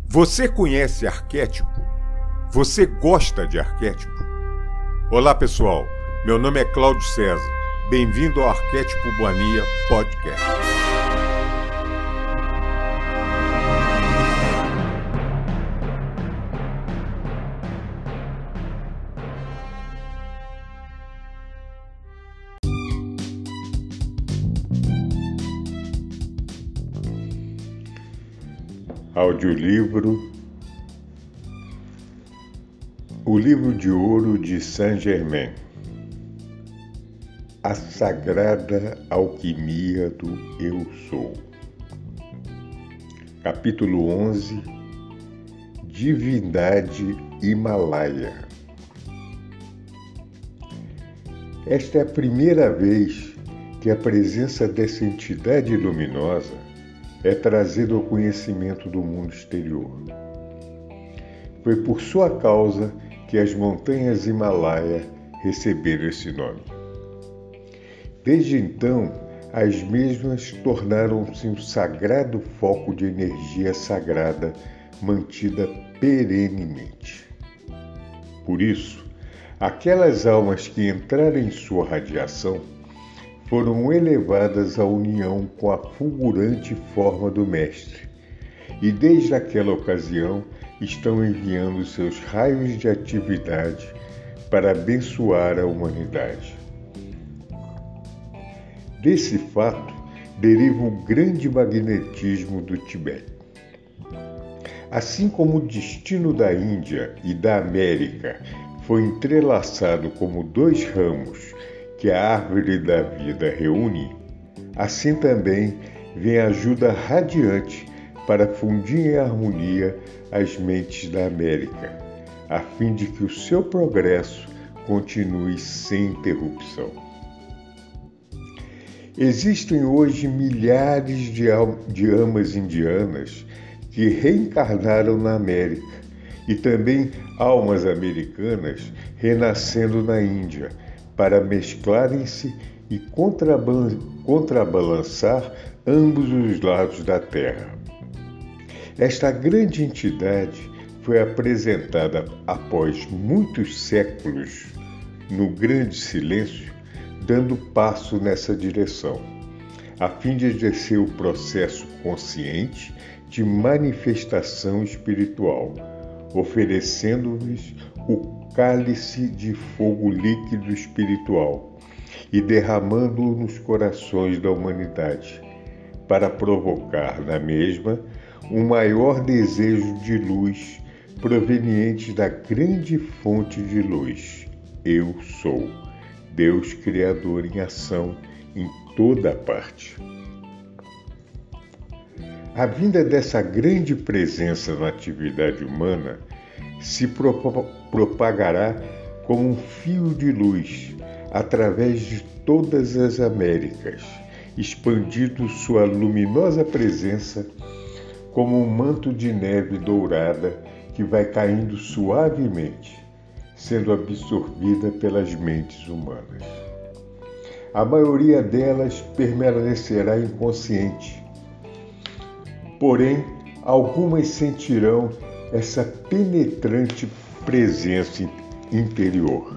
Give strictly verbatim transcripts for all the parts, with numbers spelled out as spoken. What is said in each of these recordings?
Você conhece arquétipo? Você gosta de arquétipo? Olá pessoal, meu nome é Cláudio César. Bem-vindo ao Arquétipo Boania Podcast. Audiolivro O Livro de Ouro de Saint-Germain. A Sagrada Alquimia do Eu Sou. Capítulo onze. Divindade Himalaia. Esta é a primeira vez que a presença dessa entidade luminosa é trazida ao conhecimento do mundo exterior. Foi por sua causa que as montanhas Himalaia receberam esse nome. Desde então, as mesmas tornaram-se um sagrado foco de energia sagrada mantida perenemente. Por isso, aquelas almas que entraram em sua radiação foram elevadas à união com a fulgurante forma do Mestre, e desde aquela ocasião estão enviando seus raios de atividade para abençoar a humanidade. Desse fato deriva o grande magnetismo do Tibete. Assim como o destino da Índia e da América foi entrelaçado como dois ramos que a árvore da vida reúne, assim também vem a ajuda radiante para fundir em harmonia as mentes da América, a fim de que o seu progresso continue sem interrupção. Existem hoje milhares de, de amas indianas que reencarnaram na América e também almas americanas renascendo na Índia, para mesclarem-se e contrabalançar ambos os lados da Terra. Esta grande entidade foi apresentada após muitos séculos no grande silêncio, dando passo nessa direção, a fim de exercer o processo consciente de manifestação espiritual, oferecendo-lhes o cálice de fogo líquido espiritual e derramando-o nos corações da humanidade, para provocar na mesma um maior desejo de luz proveniente da grande fonte de luz. Eu sou, Deus Criador em ação em toda parte. A vinda dessa grande presença na atividade humana se propagará como um fio de luz através de todas as Américas, expandindo sua luminosa presença como um manto de neve dourada que vai caindo suavemente, sendo absorvida pelas mentes humanas. A maioria delas permanecerá inconsciente, porém, algumas sentirão essa penetrante presença interior.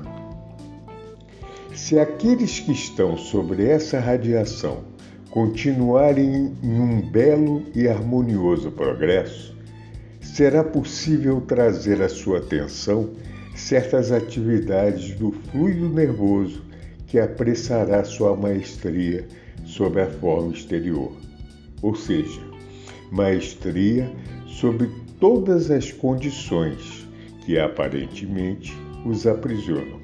Se aqueles que estão sobre essa radiação continuarem em um belo e harmonioso progresso, será possível trazer à sua atenção certas atividades do fluido nervoso que apressará sua maestria sobre a forma exterior, ou seja, maestria sobre todas as condições que aparentemente os aprisionam.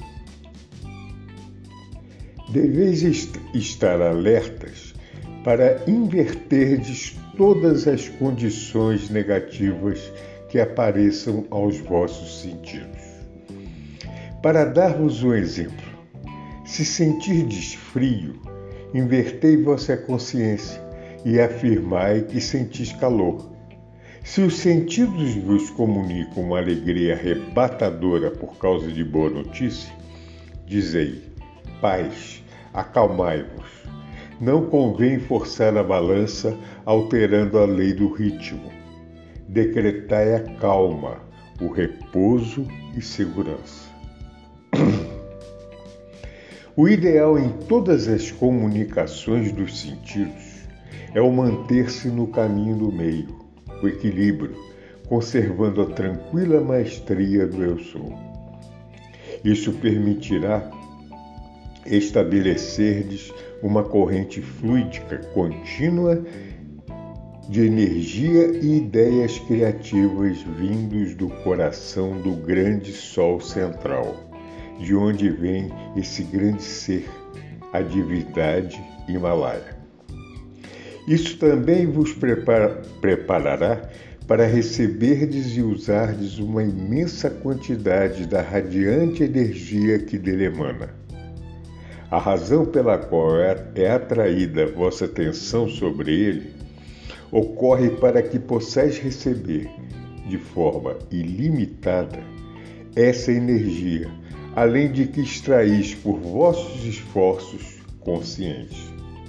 Deveis est- estar alertas para inverterdes todas as condições negativas que apareçam aos vossos sentidos. Para dar-vos um exemplo, se sentirdes frio, invertei vossa consciência e afirmai que sentis calor. Se os sentidos vos comunicam uma alegria arrebatadora por causa de boa notícia, dizei, paz, acalmai-vos. Não convém forçar a balança alterando a lei do ritmo. decretai a calma, o repouso e segurança. O ideal em todas as comunicações dos sentidos é o manter-se no caminho do meio, o equilíbrio, conservando a tranquila maestria do Eu Sou. Isso permitirá estabelecerdes uma corrente fluídica contínua de energia e ideias criativas vindos do coração do grande Sol central, de onde vem esse grande ser, a divindade Himalaia. Isso também vos prepara, preparará para receberdes e usardes uma imensa quantidade da radiante energia que dele emana. A razão pela qual é atraída a vossa atenção sobre ele ocorre para que possais receber, de forma ilimitada, essa energia, além de que extraís por vossos esforços conscientes.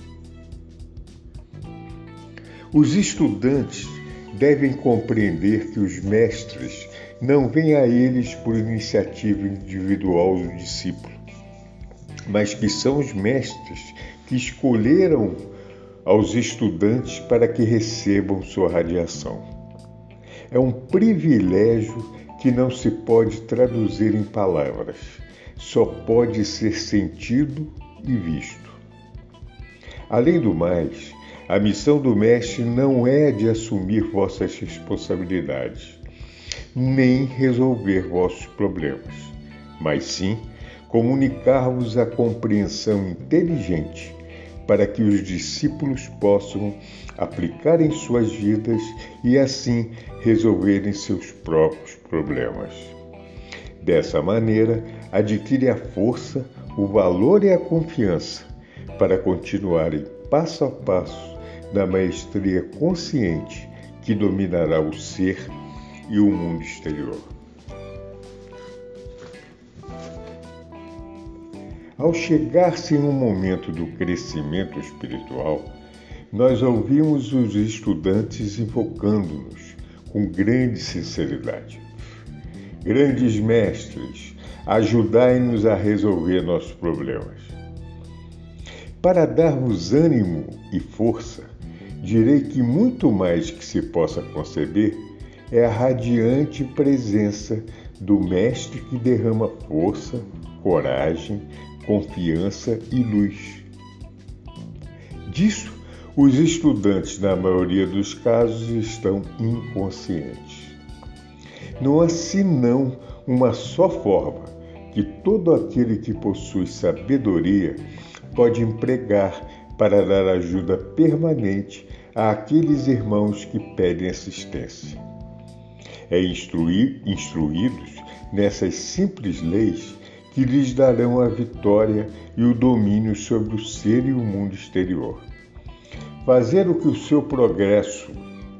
Os estudantes devem compreender que os mestres não vêm a eles por iniciativa individual do discípulo, mas que são os mestres que escolheram aos estudantes para que recebam sua radiação. É um privilégio que não se pode traduzir em palavras, só pode ser sentido e visto. Além do mais, a missão do Mestre não é de assumir vossas responsabilidades, nem resolver vossos problemas, mas sim comunicar-vos a compreensão inteligente para que os discípulos possam aplicar em suas vidas e assim resolverem seus próprios problemas. Dessa maneira, adquire a força, o valor e a confiança para continuarem passo a passo na maestria consciente que dominará o ser e o mundo exterior. Ao chegar-se em um momento do crescimento espiritual, nós ouvimos os estudantes invocando-nos com grande sinceridade. Grandes mestres, ajudai-nos a resolver nossos problemas. Para dar-vos ânimo e força, direi que muito mais que se possa conceber é a radiante presença do Mestre que derrama força, coragem, confiança e luz. Disso, os estudantes, na maioria dos casos, estão inconscientes. Não há senão uma só forma que todo aquele que possui sabedoria pode empregar para dar ajuda permanente àqueles irmãos que pedem assistência. É instruir, instruídos nessas simples leis que lhes darão a vitória e o domínio sobre o ser e o mundo exterior. Fazer o que o seu progresso,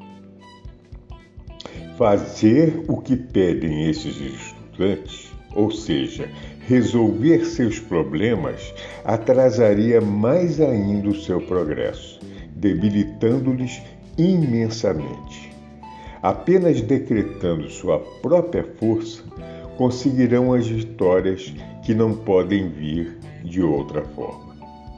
fazer o que pedem esses estudantes, ou seja, resolver seus problemas, atrasaria mais ainda o seu progresso, debilitando-lhes imensamente. Apenas decretando sua própria força, conseguirão as vitórias que não podem vir de outra forma.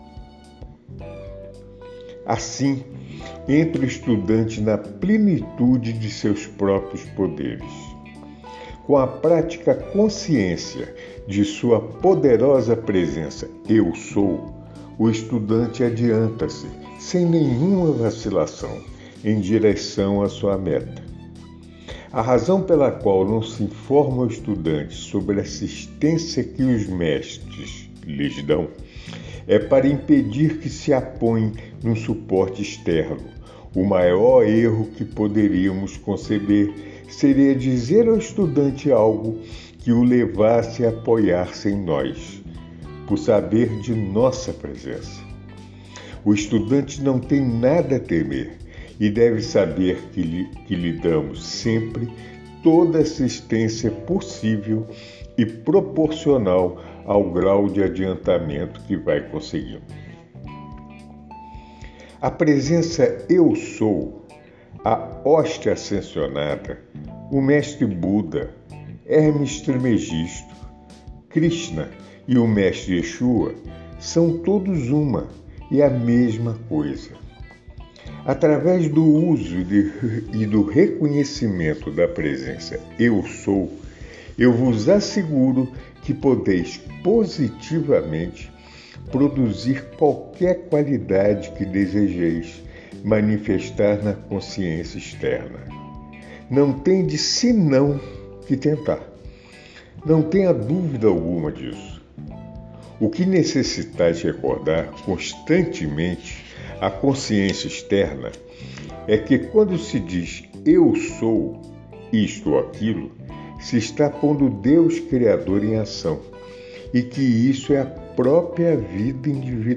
Assim, entra o estudante na plenitude de seus próprios poderes. Com a prática consciência de sua poderosa presença Eu Sou, o estudante adianta-se, sem nenhuma vacilação, em direção à sua meta. A razão pela qual não se informa o estudante sobre a assistência que os mestres lhes dão é para impedir que se apoiem num suporte externo. O maior erro que poderíamos conceber seria dizer ao estudante algo que o levasse a apoiar-se em nós, por saber de nossa presença. O estudante não tem nada a temer e deve saber que lhe, que lhe damos sempre toda a assistência possível e proporcional ao grau de adiantamento que vai conseguindo. A presença Eu Sou, a hóstia ascensionada, o mestre Buda, Hermes Trismegisto, Krishna e o mestre Yeshua são todos uma e a mesma coisa. Através do uso de, e do reconhecimento da presença Eu Sou, eu vos asseguro que podeis positivamente produzir qualquer qualidade que desejeis manifestar na consciência externa. Não tendes senão que tentar. Não tenha dúvida alguma disso. O que necessitais recordar constantemente à consciência externa é que quando se diz eu sou isto ou aquilo, se está pondo Deus Criador em ação e que isso é a própria vida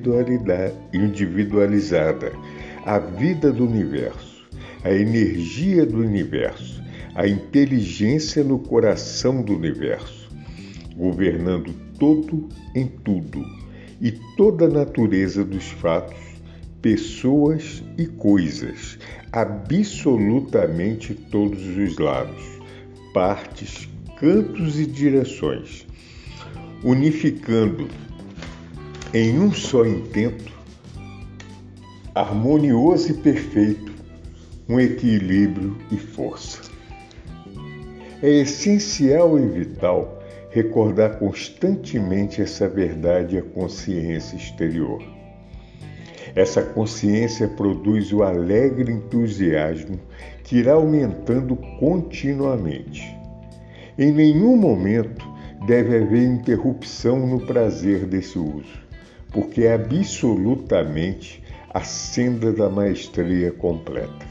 individualizada, a vida do universo, a energia do universo, a inteligência no coração do universo, governando todo em tudo e toda a natureza dos fatos, pessoas e coisas, absolutamente todos os lados, partes, cantos e direções, unificando em um só intento, harmonioso e perfeito, um equilíbrio e força. É essencial e vital recordar constantemente essa verdade à consciência exterior. Essa consciência produz o alegre entusiasmo que irá aumentando continuamente. Em nenhum momento deve haver interrupção no prazer desse uso, porque é absolutamente a senda da maestria completa.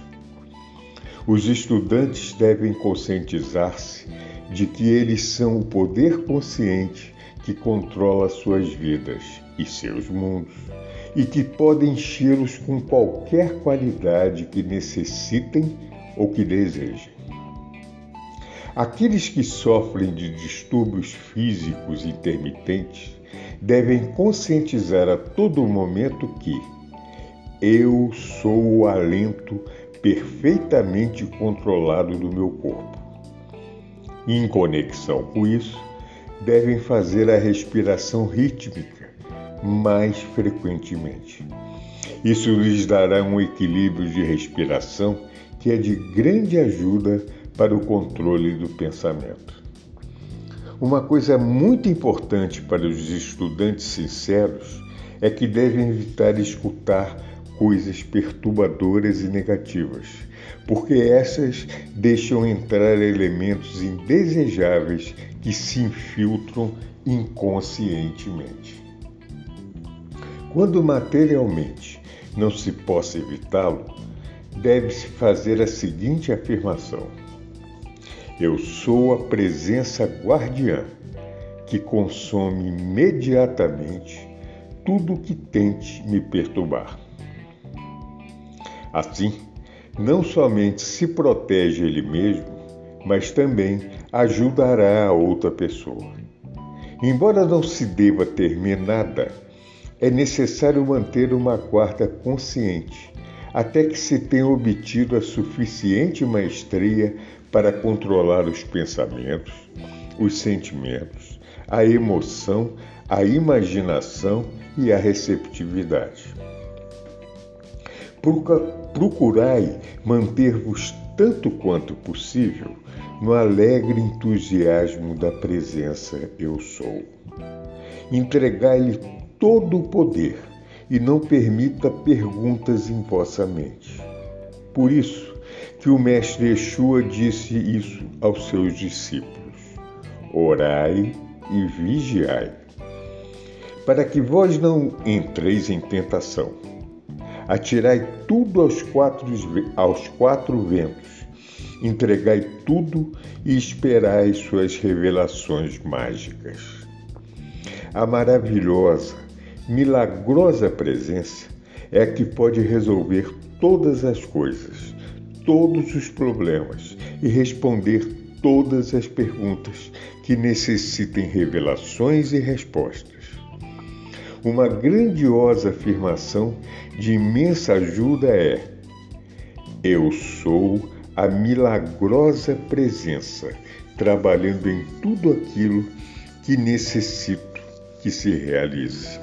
Os estudantes devem conscientizar-se de que eles são o poder consciente que controla suas vidas e seus mundos, e que podem enchê-los com qualquer qualidade que necessitem ou que desejem. Aqueles que sofrem de distúrbios físicos intermitentes devem conscientizar a todo momento que eu sou o alento perfeitamente controlado do meu corpo. E, em conexão com isso, devem fazer a respiração rítmica mais frequentemente. Isso lhes dará um equilíbrio de respiração que é de grande ajuda para o controle do pensamento. Uma coisa muito importante para os estudantes sinceros é que devem evitar escutar coisas perturbadoras e negativas, porque essas deixam entrar elementos indesejáveis que se infiltram inconscientemente. Quando materialmente não se possa evitá-lo, deve-se fazer a seguinte afirmação: eu sou a presença guardiã que consome imediatamente tudo que tente me perturbar. Assim, não somente se protege ele mesmo, mas também ajudará a outra pessoa. Embora não se deva temer nada, é necessário manter uma guarda consciente, até que se tenha obtido a suficiente maestria para controlar os pensamentos, os sentimentos, a emoção, a imaginação e a receptividade. Procurai manter-vos tanto quanto possível no alegre entusiasmo da presença Eu Sou. Entregai-lhe todo o poder e não permita perguntas em vossa mente. Por isso que o mestre Yeshua disse isso aos seus discípulos: orai e vigiai, para que vós não entreis em tentação. Atirai tudo aos quatro, aos quatro ventos, entregai tudo e esperai suas revelações mágicas. A maravilhosa, milagrosa presença é a que pode resolver todas as coisas, todos os problemas e responder todas as perguntas que necessitem revelações e respostas. Uma grandiosa afirmação de imensa ajuda é: eu sou a milagrosa presença, trabalhando em tudo aquilo que necessito que se realize.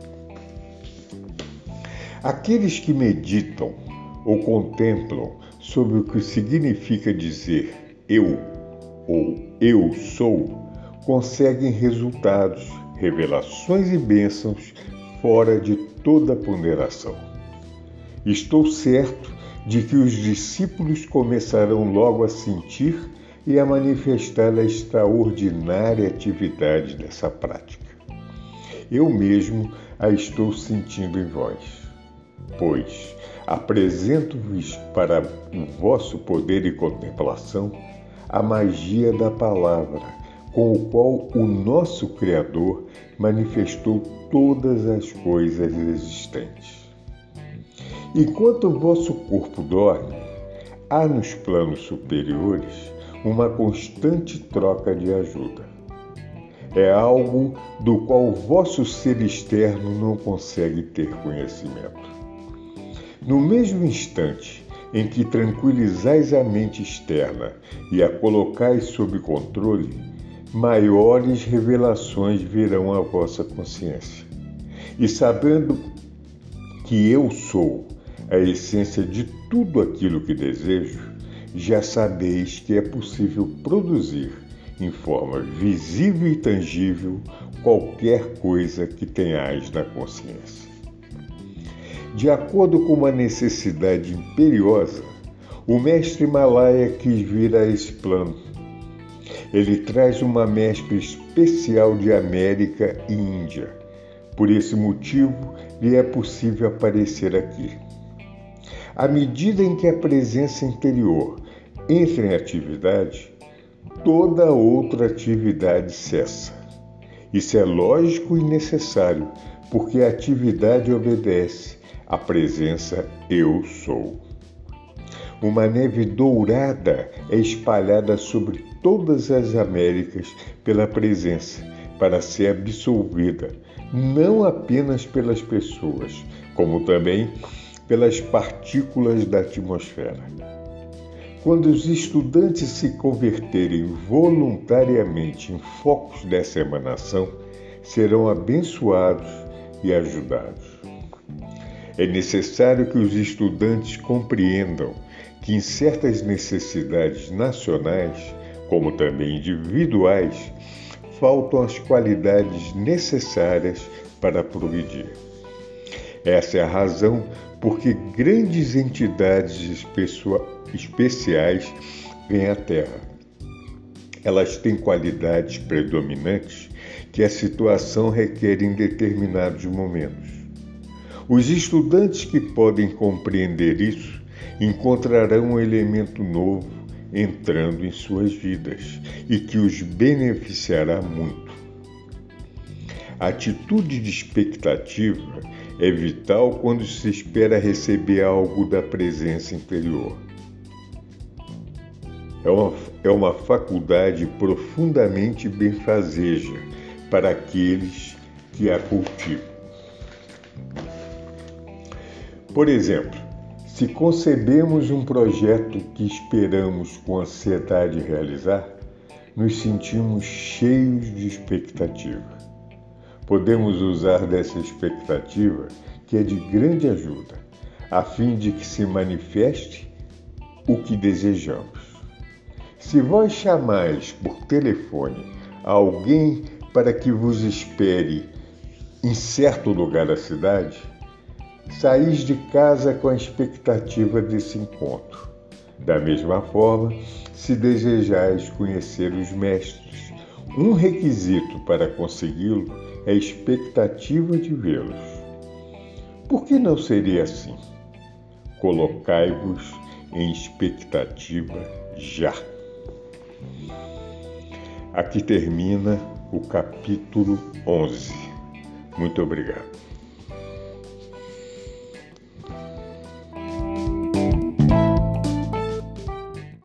Aqueles que meditam ou contemplam sobre o que significa dizer eu ou eu sou, conseguem resultados, revelações e bênçãos fora de toda ponderação. Estou certo de que os discípulos começarão logo a sentir e a manifestar a extraordinária atividade dessa prática. Eu mesmo a estou sentindo em vós, pois apresento-vos para o vosso poder e contemplação a magia da palavra, com o qual o nosso Criador manifestou todas as coisas existentes. Enquanto o vosso corpo dorme, há nos planos superiores uma constante troca de ajuda. É algo do qual o vosso ser externo não consegue ter conhecimento. No mesmo instante em que tranquilizais a mente externa e a colocais sob controle, maiores revelações virão à vossa consciência. E sabendo que eu sou a essência de tudo aquilo que desejo, já sabeis que é possível produzir, em forma visível e tangível, qualquer coisa que tenhais na consciência. De acordo com uma necessidade imperiosa, o mestre Himalaya quis vir a esse plano. Ele traz uma mescla especial de América e Índia. Por esse motivo, lhe é possível aparecer aqui. À medida em que a presença interior entra em atividade, toda outra atividade cessa. Isso é lógico e necessário, porque a atividade obedece à presença eu sou. Uma neve dourada é espalhada sobre todas as Américas pela presença, para ser absorvida não apenas pelas pessoas, como também pelas partículas da atmosfera. Quando os estudantes se converterem voluntariamente em focos dessa emanação, serão abençoados e ajudados. É necessário que os estudantes compreendam que em certas necessidades nacionais, como também individuais, faltam as qualidades necessárias para progredir. Essa é a razão por que grandes entidades especiais vêm à Terra. Elas têm qualidades predominantes que a situação requer em determinados momentos. Os estudantes que podem compreender isso encontrarão um elemento novo entrando em suas vidas e que os beneficiará muito. A atitude de expectativa é vital quando se espera receber algo da presença interior. É uma, é uma faculdade profundamente benfazeja para aqueles que a cultivam. Por exemplo, se concebemos um projeto que esperamos com ansiedade realizar, nos sentimos cheios de expectativa. Podemos usar dessa expectativa, que é de grande ajuda, a fim de que se manifeste o que desejamos. Se vós chamais por telefone alguém para que vos espere em certo lugar da cidade, saís de casa com a expectativa desse encontro. Da mesma forma, se desejais conhecer os mestres, um requisito para consegui-lo é a expectativa de vê-los. Por que não seria assim? Colocai-vos em expectativa já. Aqui termina o capítulo onze. Muito obrigado.